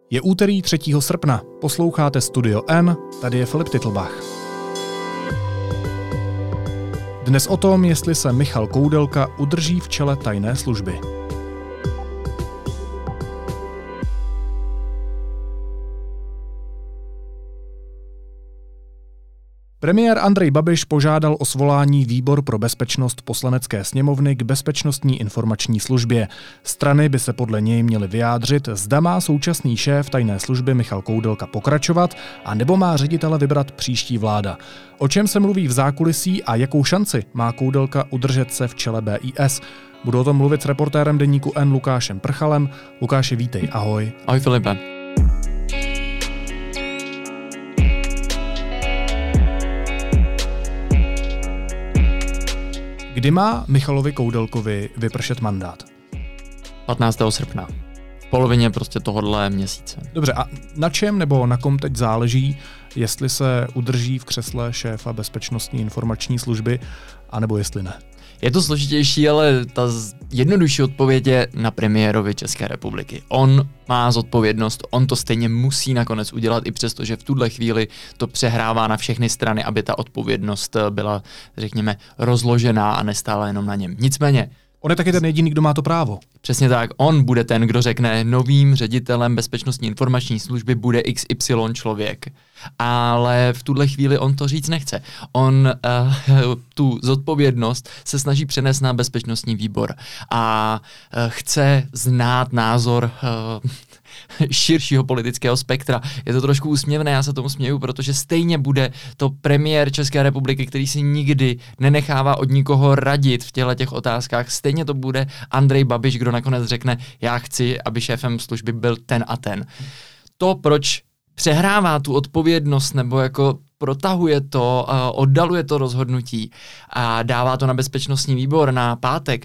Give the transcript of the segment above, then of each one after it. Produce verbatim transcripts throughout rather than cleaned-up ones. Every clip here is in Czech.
Je úterý třetího srpna, posloucháte Studio N, tady je Filip Titlbach. Dnes o tom, jestli se Michal Koudelka udrží v čele tajné služby. Premiér Andrej Babiš požádal o svolání Výbor pro bezpečnost Poslanecké sněmovny k Bezpečnostní informační službě. Strany by se podle něj měly vyjádřit, zda má současný šéf tajné služby Michal Koudelka pokračovat, a nebo má ředitele vybrat příští vláda. O čem se mluví v zákulisí a jakou šanci má Koudelka udržet se v čele B I S? Budu o tom mluvit s reportérem deníku N Lukášem Prchalem. Lukáši, vítej, ahoj. Ahoj Filipe. Kdy má Michalovi Koudelkovi vypršet mandát? patnáctého srpna. V polovině prostě tohohle měsíce. Dobře, a na čem nebo na kom teď záleží, jestli se udrží v křesle šéfa Bezpečnostní informační služby, anebo jestli ne? Je to složitější, ale ta jednodušší odpověď je na premiérovi České republiky. On má zodpovědnost, on to stejně musí nakonec udělat, i přesto, že v tuhle chvíli to přehrává na všechny strany, aby ta odpovědnost byla, řekněme, rozložená a nestála jenom na něm. Nicméně, on je taky ten jediný, kdo má to právo. Přesně tak, on bude ten, kdo řekne, novým ředitelem Bezpečnostní informační služby bude X Y člověk. Ale v tuhle chvíli on to říct nechce. On uh, tu zodpovědnost se snaží přenést na bezpečnostní výbor a uh, chce znát názor uh, širšího politického spektra. Je to trošku úsměvné, já se tomu směju, protože stejně bude to premiér České republiky, který si nikdy nenechává od nikoho radit v těchto těch otázkách, stejně to bude Andrej Babiš, kdo nakonec řekne, já chci, aby šéfem služby byl ten a ten. To, proč přehrává tu odpovědnost nebo jako protahuje to, uh, oddaluje to rozhodnutí a dává to na bezpečnostní výbor na pátek,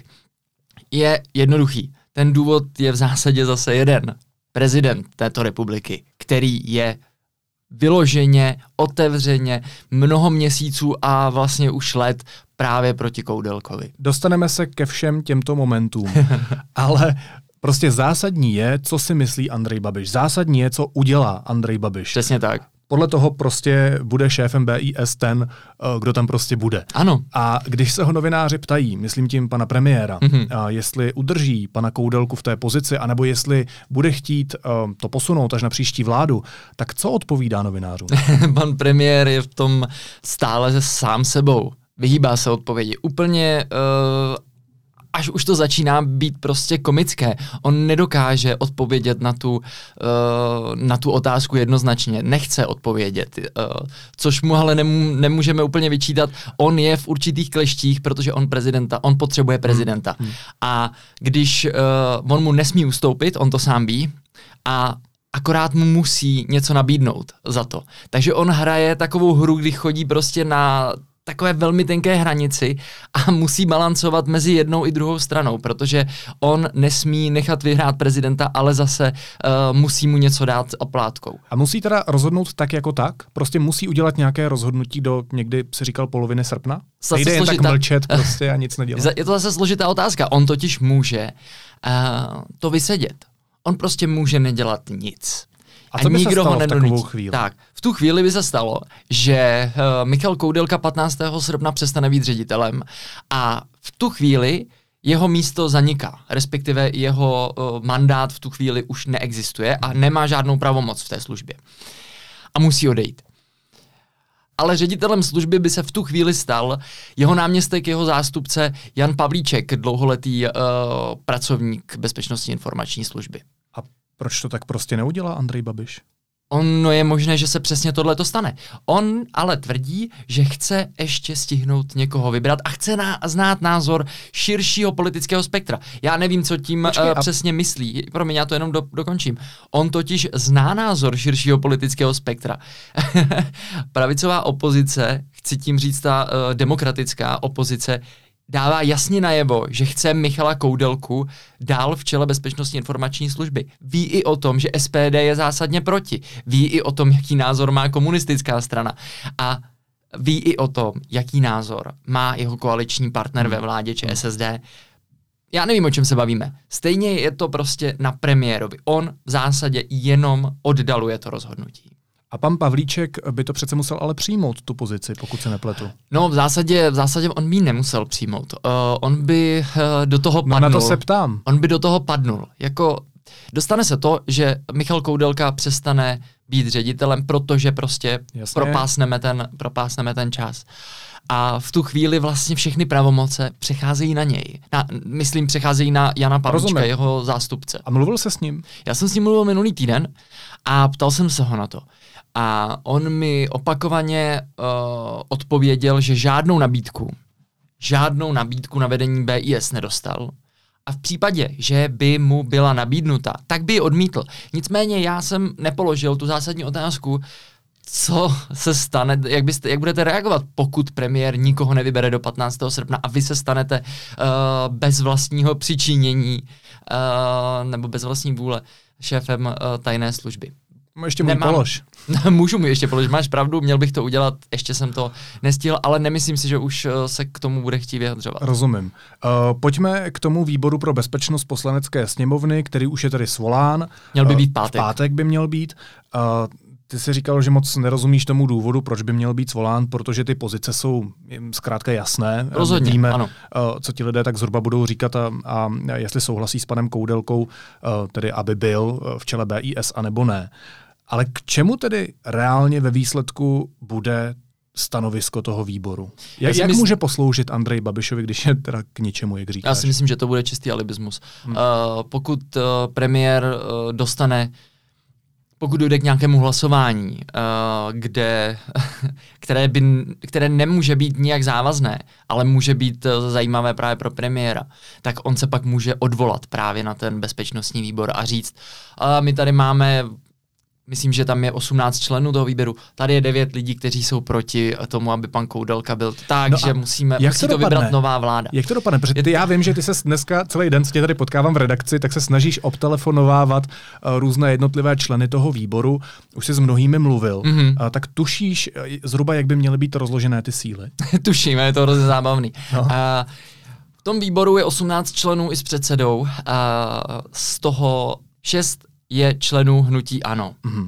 je jednoduchý. Ten důvod je v zásadě zase jeden. Prezident této republiky, který je vyloženě, otevřeně, mnoho měsíců a vlastně už let právě proti Koudelkovi. Dostaneme se ke všem těmto momentům, ale prostě zásadní je, co si myslí Andrej Babiš. Zásadní je, co udělá Andrej Babiš. Přesně tak. Podle toho prostě bude šéfem B I S ten, kdo tam prostě bude. Ano. A když se ho novináři ptají, myslím tím pana premiéra, mm-hmm. jestli udrží pana Koudelku v té pozici, anebo jestli bude chtít uh, to posunout až na příští vládu, tak co odpovídá novinářům? Pan premiér je v tom stále sám sebou. Vyhýbá se odpovědi. Úplně... Uh... Až už to začíná být prostě komické. On nedokáže odpovědět na tu, uh, na tu otázku jednoznačně. Nechce odpovědět. Uh, což mu ale nemů- nemůžeme úplně vyčítat. On je v určitých kleštích, protože on prezidenta, on potřebuje prezidenta. Hmm. A když uh, on mu nesmí ustoupit, on to sám ví, a akorát mu musí něco nabídnout za to. Takže on hraje takovou hru, kdy chodí prostě na takové velmi tenké hranici a musí balancovat mezi jednou i druhou stranou, protože on nesmí nechat vyhrát prezidenta, ale zase uh, musí mu něco dát oplátkou. A musí teda rozhodnout tak jako tak? Prostě musí udělat nějaké rozhodnutí do někdy, se říkal, poloviny srpna? Zase Nejde jen složitá... tak mlčet prostě a nic nedělat. Je to zase složitá otázka. On totiž může uh, to vysedět. On prostě může nedělat nic. A co by se stalo v takovou chvíli? Tak, v tu chvíli by se stalo, že uh, Michal Koudelka patnáctého srpna přestane být ředitelem a v tu chvíli jeho místo zaniká, respektive jeho uh, mandát v tu chvíli už neexistuje a nemá žádnou pravomoc v té službě. A musí odejít. Ale ředitelem služby by se v tu chvíli stal jeho náměstek, jeho zástupce Jan Pavlíček, dlouholetý uh, pracovník Bezpečnostní informační služby. A proč to tak prostě neudělá Andrej Babiš? Ono je možné, že se přesně tohle to stane. On ale tvrdí, že chce ještě stihnout někoho vybrat a chce ná- znát názor širšího politického spektra. Já nevím, co tím Počkej, uh, přesně myslí. Promiň, já to jenom do- dokončím. On totiž zná názor širšího politického spektra. Pravicová opozice, chci tím říct ta uh, demokratická opozice, dává jasně najevo, že chce Michala Koudelku dál v čele Bezpečnostní informační služby. Ví i o tom, že S P D je zásadně proti. Ví i o tom, jaký názor má komunistická strana. A ví i o tom, jaký názor má jeho koaliční partner ve vládě ČSSD. já nevím, o čem se bavíme. Stejně je to prostě na premiérovi. On v zásadě jenom oddaluje to rozhodnutí. A pan Pavlíček by to přece musel ale přijmout, tu pozici, pokud se nepletu. No v zásadě, v zásadě on by ji nemusel přijmout. Uh, on by uh, do toho padnul. No na to se ptám. On by do toho padnul. Jako dostane se to, že Michal Koudelka přestane být ředitelem, protože prostě propásneme ten, propásneme ten čas. A v tu chvíli vlastně všechny pravomoce přecházejí na něj. Na, myslím, přecházejí na Jana Pavlíčka, jeho zástupce. A mluvil se s ním? Já jsem s ním mluvil minulý týden a ptal jsem se ho na to. A on mi opakovaně uh, odpověděl, že žádnou nabídku, žádnou nabídku na vedení B I S nedostal. A v případě, že by mu byla nabídnuta, tak by ji odmítl. Nicméně já jsem nepoložil tu zásadní otázku, co se stane, jak, byste, jak budete reagovat, pokud premiér nikoho nevybere do patnáctého srpna a vy se stanete uh, bez vlastního přičinění uh, nebo bez vlastní vůle šéfem uh, tajné služby. Ještě můj polož. Můžu mu ještě položit, máš pravdu, měl bych to udělat, ještě jsem to nestihl, ale nemyslím si, že už se k tomu bude chtít vyjadřovat. Rozumím. Uh, pojďme k tomu výboru pro bezpečnost Poslanecké sněmovny, který už je tedy svolán. Měl by být pátek. V pátek by měl být. Uh, Ty jsi říkal, že moc nerozumíš tomu důvodu, proč by měl být svolán, protože ty pozice jsou zkrátka jasné. Rozhodně, víme, ano. co ti lidé tak zhruba budou říkat a, a jestli souhlasí s panem Koudelkou, tedy aby byl v čele B I S, anebo ne. Ale k čemu tedy reálně ve výsledku bude stanovisko toho výboru? Jak, jak mysl... může posloužit Andreji Babišovi, když je teda k ničemu, jak říkáš? Já si myslím, že to bude čistý alibismus. Hmm. Uh, pokud uh, premiér uh, dostane Pokud dojde k nějakému hlasování, uh, kde, které, by, které nemůže být nijak závazné, ale může být uh, zajímavé právě pro premiéra, tak on se pak může odvolat právě na ten bezpečnostní výbor a říct, uh, my tady máme, myslím, že tam je osmnáct členů toho výběru, tady je devět lidí, kteří jsou proti tomu, aby pan Koudelka byl tak, no že musíme musí to, to vybrat nová vláda. Jak to dopadne? Protože ty, já vím, že ty se dneska celý den, s tě tady potkávám v redakci, tak se snažíš obtelefonovávat uh, různé jednotlivé členy toho výboru. Už jsi s mnohými mluvil. Mm-hmm. Uh, tak tušíš uh, zhruba, jak by měly být rozložené ty síly? Tuším, je to hrozně zábavný. No. Uh, v tom výboru je osmnáct členů i s předsedou. Uh, z toho šest je členů hnutí ANO. Mm-hmm.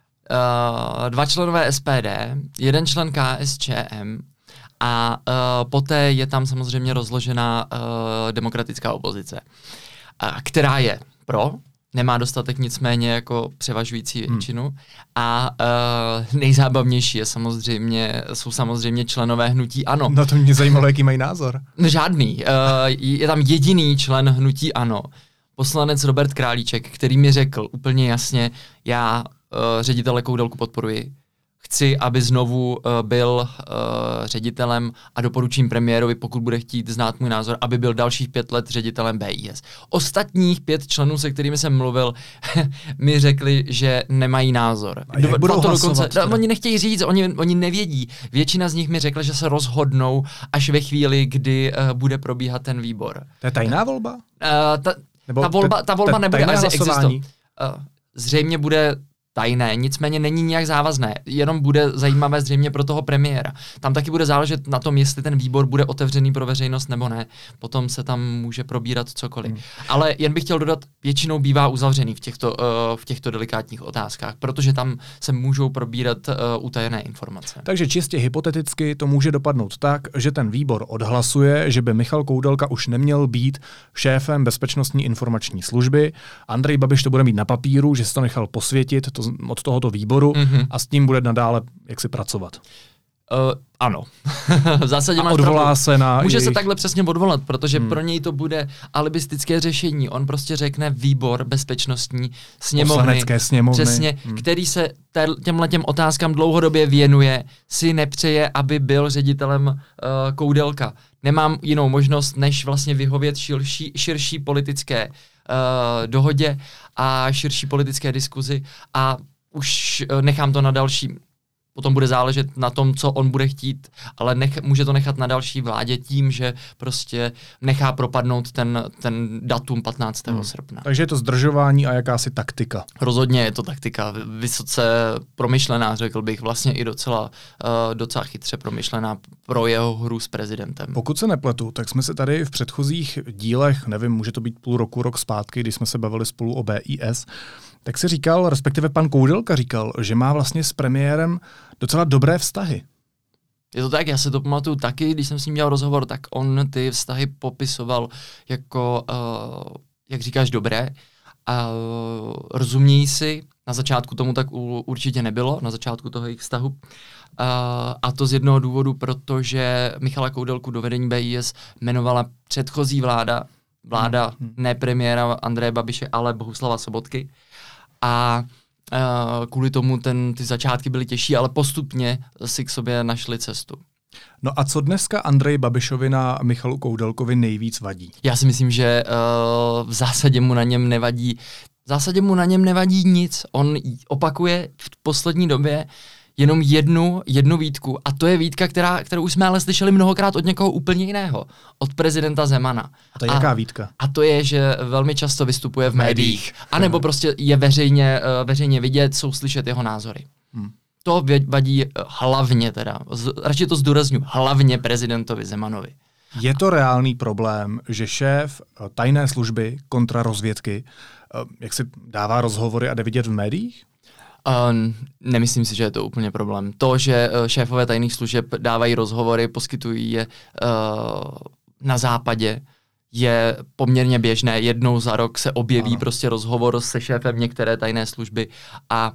Uh, dva členové S P D, jeden člen K S Č M a uh, poté je tam samozřejmě rozložená uh, demokratická opozice, uh, která je pro, nemá dostatek nicméně jako převažující většinu hmm. a uh, nejzábavnější je samozřejmě, jsou samozřejmě členové hnutí ANO. No to mě zajímalo, jaký mají názor. Žádný. Uh, je tam jediný člen hnutí ANO, poslanec Robert Králíček, který mi řekl úplně jasně, já uh, ředitele Koudelku podporuji, chci, aby znovu uh, byl uh, ředitelem a doporučím premiérovi, pokud bude chtít znát můj názor, aby byl dalších pět let ředitelem B I S. Ostatních pět členů, se kterými jsem mluvil, mi řekli, že nemají názor. A jak budou to dokonce, hlasovat? No, oni nechtějí říct, oni, oni nevědí. Většina z nich mi řekla, že se rozhodnou až ve chvíli, kdy uh, bude probíhat ten výbor. To je tajná volba? Uh, ta, ta volba, ta volba nebude existovat. Uh, zřejmě bude tajné, nicméně není nijak závazné, jenom bude zajímavé zřejmě pro toho premiéra. Tam taky bude záležet na tom, jestli ten výbor bude otevřený pro veřejnost nebo ne. Potom se tam může probírat cokoliv. Hmm. Ale jen bych chtěl dodat, většinou bývá uzavřený v těchto, uh, v těchto delikátních otázkách, protože tam se můžou probírat uh, utajené informace. Takže čistě hypoteticky to může dopadnout tak, že ten výbor odhlasuje, že by Michal Koudelka už neměl být šéfem Bezpečnostní informační služby. Andrej Babiš to bude mít na papíru, že se to nechal posvětit, to od tohoto výboru mm-hmm. a s tím bude nadále jak si pracovat. Uh, ano. V zásadě a máš odvolá pravdu. se na Může jejich... se takhle přesně odvolat, protože hmm. pro něj to bude alibistické řešení. On prostě řekne výbor bezpečnostní sněmovny, sněmovny. Přesně, hmm. který se těmhletěm otázkám dlouhodobě věnuje, si nepřeje, aby byl ředitelem uh, Koudelka. Nemám jinou možnost, než vlastně vyhovět širší, širší politické uh, dohodě a širší politické diskuzi a už uh, nechám to na další potom bude záležet na tom, co on bude chtít, ale nech, může to nechat na další vládě tím, že prostě nechá propadnout ten, ten datum patnáctého Hmm. srpna. Takže je to zdržování a jakási taktika. Rozhodně je to taktika, vysoce promyšlená, řekl bych, vlastně i docela, uh, docela chytře promyšlená pro jeho hru s prezidentem. Pokud se nepletu, tak jsme se tady v předchozích dílech, nevím, může to být půl roku, rok zpátky, když jsme se bavili spolu o B I S, tak se říkal, respektive pan Koudelka říkal, že má vlastně s premiérem docela dobré vztahy. Je to tak, já se to pamatuju taky, když jsem s ním měl rozhovor, tak on ty vztahy popisoval jako, uh, jak říkáš, dobré. Uh, rozumějí si, na začátku tomu tak u, určitě nebylo, na začátku toho jejich vztahu. Uh, a to z jednoho důvodu, protože Michala Koudelku do vedení B I S jmenovala předchozí vláda, vláda hmm. ne premiéra Andreje Babiše, ale Bohuslava Sobotky. A uh, kvůli tomu ten, ty začátky byly těžší, ale postupně si k sobě našli cestu. No a co dneska Andreji Babišovi na Michalu Koudelkovi nejvíc vadí? Já si myslím, že uh, v zásadě mu na něm nevadí v zásadě mu na něm nevadí nic. On opakuje v poslední době jenom jednu, jednu výtku a to je výtka, která, kterou už jsme ale slyšeli mnohokrát od někoho úplně jiného. Od prezidenta Zemana. A to je jaká výtka? A to je, že velmi často vystupuje v médiích. A nebo prostě je veřejně, uh, veřejně vidět, jsou slyšet jeho názory. Hmm. To vadí hlavně teda, radši to zdůrazňuji, hlavně prezidentovi Zemanovi. Je to reálný problém, že šéf tajné služby kontrarozvědky, jak si dává rozhovory a jde vidět v médiích? Uh, nemyslím si, že je to úplně problém. To, že uh, šéfové tajných služeb dávají rozhovory, poskytují je uh, na západě, je poměrně běžné. Jednou za rok se objeví ano. prostě rozhovor se šéfem některé tajné služby a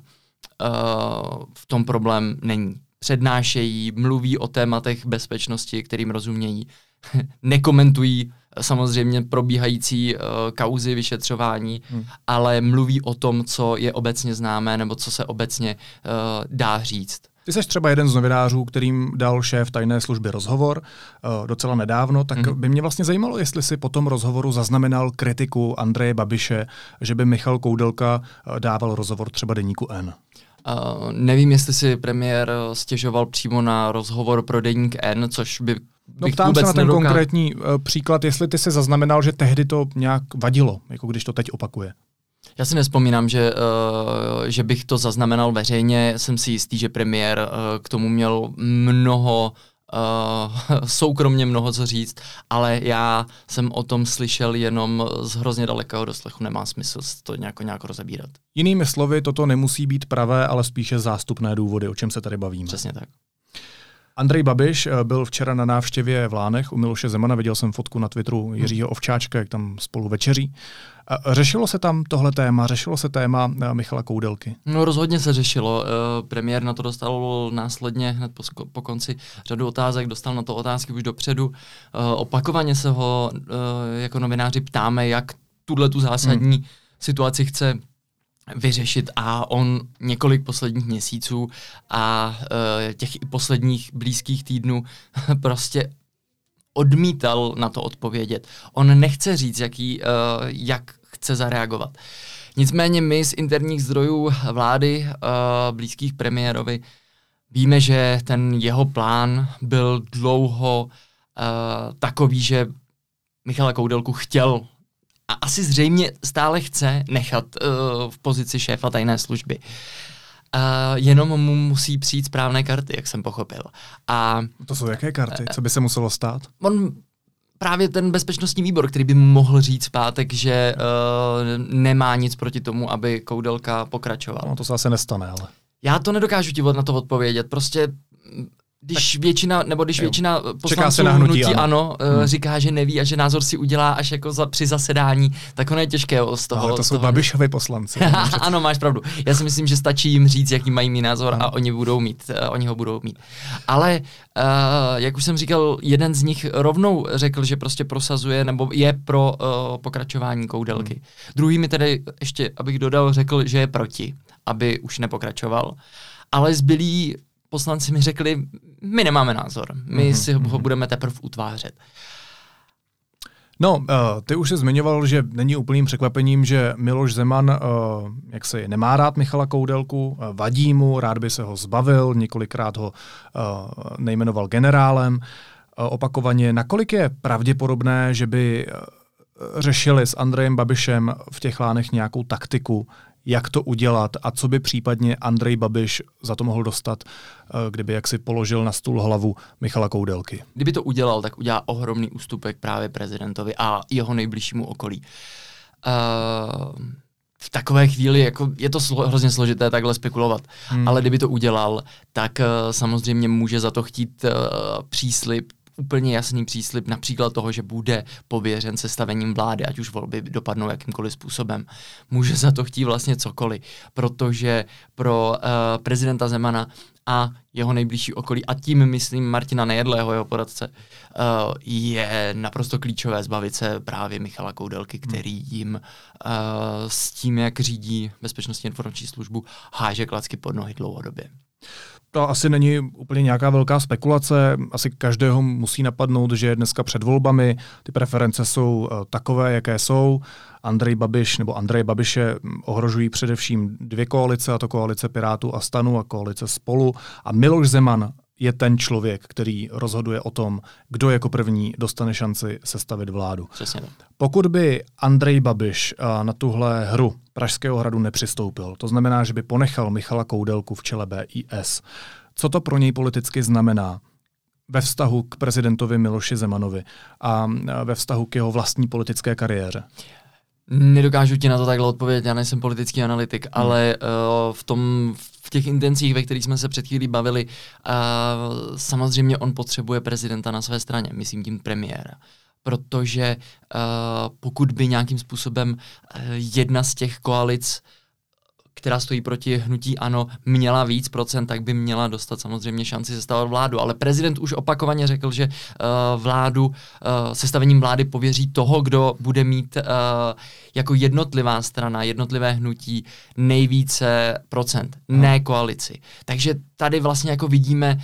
Uh, v tom problém není. Přednášejí, mluví o tématech bezpečnosti, kterým rozumějí. Nekomentují samozřejmě probíhající uh, kauzy vyšetřování, hmm. ale mluví o tom, co je obecně známé nebo co se obecně uh, dá říct. Ty jsi třeba jeden z novinářů, kterým dal šéf tajné služby rozhovor uh, docela nedávno, tak mm-hmm. by mě vlastně zajímalo, jestli si po tom rozhovoru zaznamenal kritiku Andreje Babiše, že by Michal Koudelka uh, dával rozhovor třeba deníku N. Uh, nevím, jestli si premiér stěžoval přímo na rozhovor pro deník N, což by No ptám se na ten nedokázal... konkrétní uh, příklad, jestli ty si zaznamenal, že tehdy to nějak vadilo, jako když to teď opakuje. Já si nespomínám, že, uh, že bych to zaznamenal veřejně. Jsem si jistý, že premiér uh, k tomu měl mnoho, uh, soukromně mnoho co říct, ale já jsem o tom slyšel jenom z hrozně dalekého doslechu. Nemá smysl to nějak, nějak rozebírat. Jinými slovy, toto nemusí být pravé, ale spíše zástupné důvody, o čem se tady bavíme. Přesně tak. Andrej Babiš byl včera na návštěvě v Lánech u Miloše Zemana, viděl jsem fotku na Twitteru Jiřího Ovčáčka, jak tam spolu večeří. Řešilo se tam tohle téma, řešilo se téma Michala Koudelky? No rozhodně se řešilo. E, premiér na to dostal následně hned po, po konci řadu otázek, dostal na to otázky už dopředu. E, opakovaně se ho e, jako novináři ptáme, jak tuhle tu zásadní hmm. situaci chce vyřešit a on několik posledních měsíců a e, těch i posledních blízkých týdnů prostě odmítal na to odpovědět. On nechce říct, jaký, uh, jak chce zareagovat. Nicméně my z interních zdrojů vlády uh, blízkých premiérovi víme, že ten jeho plán byl dlouho uh, takový, že Michala Koudelku chtěl a asi zřejmě stále chce nechat uh, v pozici šéfa tajné služby. Uh, jenom mu musí přijít správné karty, jak jsem pochopil. A to jsou jaké karty? Co by se muselo stát? On právě ten bezpečnostní výbor, který by mohl říct v pátek, že uh, nemá nic proti tomu, aby Koudelka pokračoval. No to se asi nestane, ale. Já to nedokážu ti na to odpovědět. Prostě když tak většina, nebo když jo. většina poslanců hnutí ano, ano hmm. říká, že neví a že názor si udělá až jako za, při zasedání, tak ono je těžké z toho. Ale to jsou Babišovi poslanci. Ano, máš pravdu. Já si myslím, že stačí jim říct, jaký mají mít názor ano. a oni budou mít, uh, oni ho budou mít. Ale uh, jak už jsem říkal, jeden z nich rovnou řekl, že prostě prosazuje nebo je pro uh, pokračování Koudelky. Hmm. Druhý mi tedy ještě, abych dodal, řekl, že je proti, aby už nepokračoval. Ale zbylí poslanci mi řekli, my nemáme názor, my mm-hmm. si ho budeme teprve utvářet. No, uh, ty už jsi zmiňoval, že není úplným překvapením, že Miloš Zeman uh, jak se nemá rád Michala Koudelku, uh, vadí mu, rád by se ho zbavil, několikrát ho uh, nejmenoval generálem. Uh, opakovaně, nakolik je pravděpodobné, že by uh, řešili s Andrejem Babišem v těch Lánech nějakou taktiku, jak to udělat a co by případně Andrej Babiš za to mohl dostat, kdyby jaksi položil na stůl hlavu Michala Koudelky. Kdyby to udělal, tak udělá ohromný ústupek právě prezidentovi a jeho nejbližšímu okolí. Uh, v takové chvíli jako je to slo, hrozně složité takhle spekulovat, hmm. ale kdyby to udělal, tak uh, samozřejmě může za to chtít uh, příslib, úplně jasný příslib například toho, že bude pověřen sestavením vlády, ať už volby dopadnou jakýmkoliv způsobem. Může za to chtít vlastně cokoliv, protože pro uh, prezidenta Zemana a jeho nejbližší okolí, a tím myslím Martina Nejedlého, jeho poradce, uh, je naprosto klíčové zbavit se právě Michala Koudelky, který jim uh, s tím, jak řídí Bezpečnostní informační službu, háže klacky pod nohy dlouhodobě. To asi není úplně nějaká velká spekulace, asi každého musí napadnout, že je dneska před volbami, ty preference jsou takové, jaké jsou. Andrej Babiš nebo Andrej Babiše ohrožují především dvě koalice, a to koalice Pirátů a STANu a koalice Spolu. A Miloš Zeman je ten člověk, který rozhoduje o tom, kdo jako první dostane šanci sestavit vládu. Přesně tak. Pokud by Andrej Babiš na tuhle hru Pražského hradu nepřistoupil, to znamená, že by ponechal Michala Koudelku v čele B I S, co to pro něj politicky znamená ve vztahu k prezidentovi Miloši Zemanovi a ve vztahu k jeho vlastní politické kariéře? Nedokážu ti na to takhle odpovědět, já nejsem politický analytik, hmm. ale uh, v tom, v těch intencích, ve kterých jsme se před chvílí bavili, uh, samozřejmě on potřebuje prezidenta na své straně, myslím tím premiéra. Protože uh, pokud by nějakým způsobem uh, jedna z těch koalic, která stojí proti hnutí ANO, měla víc procent, tak by měla dostat samozřejmě šanci sestavovat vládu. Ale prezident už opakovaně řekl, že uh, vládu, uh, sestavením vlády pověří toho, kdo bude mít uh, jako jednotlivá strana, jednotlivé hnutí nejvíce procent, hmm. ne koalici. Takže tady vlastně jako vidíme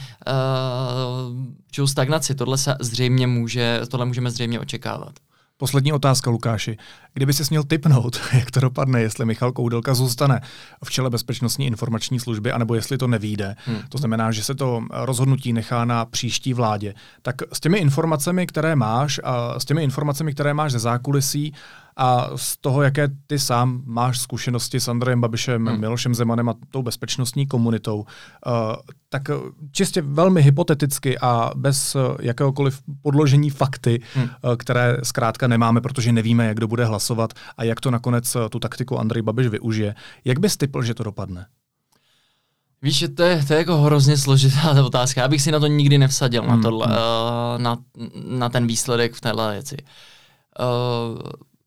uh, stagnaci. Tohle se zřejmě může, tohle můžeme zřejmě očekávat. Poslední otázka, Lukáši. Kdyby si směl tipnout, jak to dopadne, jestli Michal Koudelka zůstane v čele Bezpečnostní informační služby, anebo jestli to nevyjde, hmm. to znamená, že se to rozhodnutí nechá na příští vládě, tak s těmi informacemi, které máš, a s těmi informacemi, které máš ze zákulisí a z toho, jaké ty sám máš zkušenosti s Andrejem Babišem, hmm. Milošem Zemanem a tou bezpečnostní komunitou, uh, tak čistě velmi hypoteticky a bez jakéhokoliv podložení fakty, hmm. uh, které zkrátka nemáme, protože nevíme, jak kdo bude hlasovat a jak to nakonec tu taktiku Andrej Babiš využije. Jak bys tipl, že to dopadne? Víš, to je, to je jako hrozně složitá otázka. Já bych si na to nikdy nevsadil, hmm. na, tohle, hmm. uh, na, na ten výsledek v téhle věci. Uh,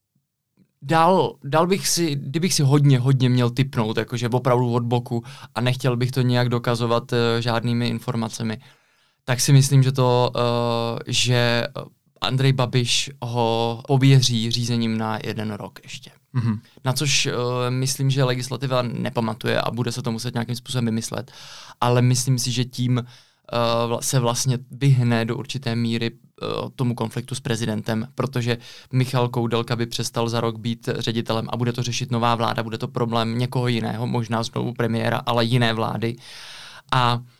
Dál, dál bych si, kdybych si hodně, hodně měl tipnout, jakože opravdu od boku a nechtěl bych to nějak dokazovat uh, žádnými informacemi, tak si myslím, že to, uh, že Andrej Babiš ho pověří řízením na jeden rok ještě. Mm-hmm. Na což uh, myslím, že legislativa nepamatuje a bude se to muset nějakým způsobem vymyslet, ale myslím si, že tím Uh, se vlastně vyhne do určité míry uh, tomu konfliktu s prezidentem, protože Michal Koudelka by přestal za rok být ředitelem a bude to řešit nová vláda, bude to problém někoho jiného, možná znovu premiéra, ale jiné vlády. A uh,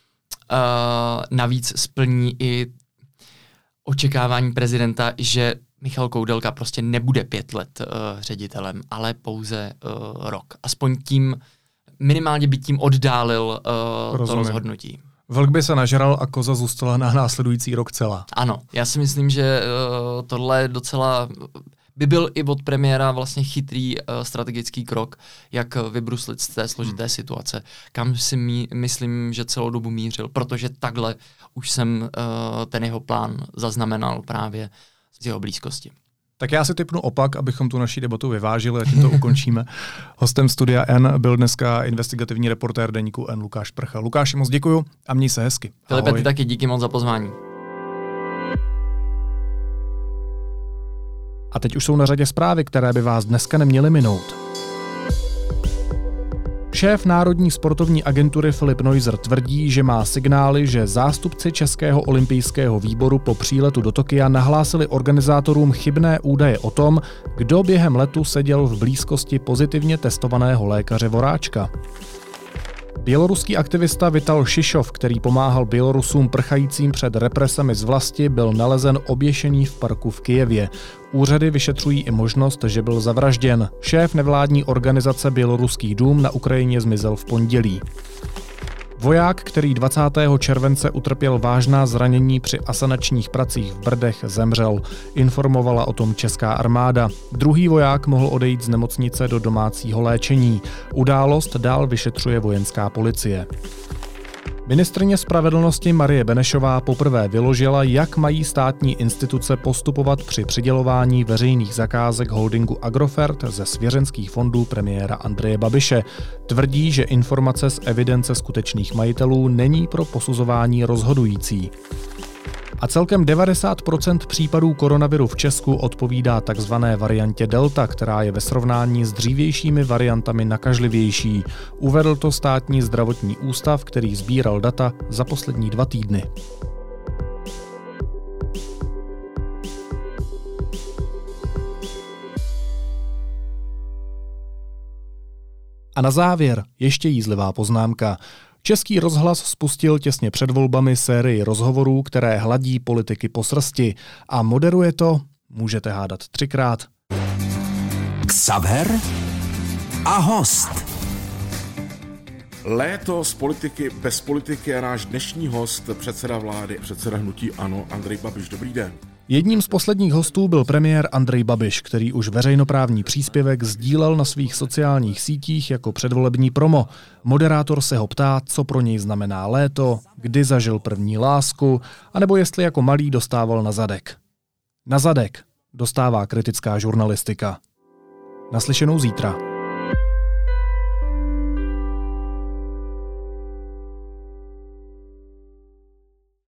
navíc splní i očekávání prezidenta, že Michal Koudelka prostě nebude pět let uh, ředitelem, ale pouze uh, rok. Aspoň tím, minimálně by tím oddálil uh, to rozhodnutí. Vlk by se nažral a koza zůstala na následující rok celá. Ano, já si myslím, že uh, tohle docela by byl i od premiéra vlastně chytrý uh, strategický krok, jak vybruslit z té složité hmm. situace, kam si mí, myslím, že celou dobu mířil, protože takhle už jsem uh, ten jeho plán zaznamenal právě z jeho blízkosti. Tak já si tipnu opak, abychom tu naši debatu vyvážili a tím to ukončíme. Hostem Studia N byl dneska investigativní reportér deníku N Lukáš Prcha. Lukáši, moc děkuju a měj se hezky. Filipe, ty taky díky moc za pozvání. A teď už jsou na řadě zprávy, které by vás dneska neměly minout. Šéf Národní sportovní agentury Filip Neuser tvrdí, že má signály, že zástupci Českého olympijského výboru po příletu do Tokia nahlásili organizátorům chybné údaje o tom, kdo během letu seděl v blízkosti pozitivně testovaného lékaře Voráčka. Běloruský aktivista Vital Šišov, který pomáhal Bělorusům prchajícím před represemi z vlasti, byl nalezen oběšený v parku v Kyjevě. Úřady vyšetřují i možnost, že byl zavražděn. Šéf nevládní organizace Běloruský dům na Ukrajině zmizel v pondělí. Voják, který dvacátého července utrpěl vážná zranění při asanačních pracích v Brdech, zemřel. Informovala o tom česká armáda. Druhý voják mohl odejít z nemocnice do domácího léčení. Událost dál vyšetřuje vojenská policie. Ministryně spravedlnosti Marie Benešová poprvé vyložila, jak mají státní instituce postupovat při přidělování veřejných zakázek holdingu Agrofert ze svěřenských fondů premiéra Andreje Babiše. Tvrdí, že informace z evidence skutečných majitelů není pro posuzování rozhodující. A celkem devadesát procent případů koronaviru v Česku odpovídá takzvané variantě Delta, která je ve srovnání s dřívějšími variantami nakažlivější. Uvedl to státní zdravotní ústav, který sbíral data za poslední dva týdny. A na závěr ještě jízlivá poznámka. Český rozhlas spustil těsně před volbami sérii rozhovorů, které hladí politiky po srsti. A moderuje to, můžete hádat třikrát, Xaver a host. Léto z politiky bez politiky a náš dnešní host, předseda vlády, předseda hnutí ANO, Andrej Babiš. Dobrý den. Jedním z posledních hostů byl premiér Andrej Babiš, který už veřejnoprávní příspěvek sdílel na svých sociálních sítích jako předvolební promo. Moderátor se ho ptá, co pro něj znamená léto, kdy zažil první lásku, anebo jestli jako malý dostával na zadek. Na zadek dostává kritická žurnalistika. Naslyšenou zítra.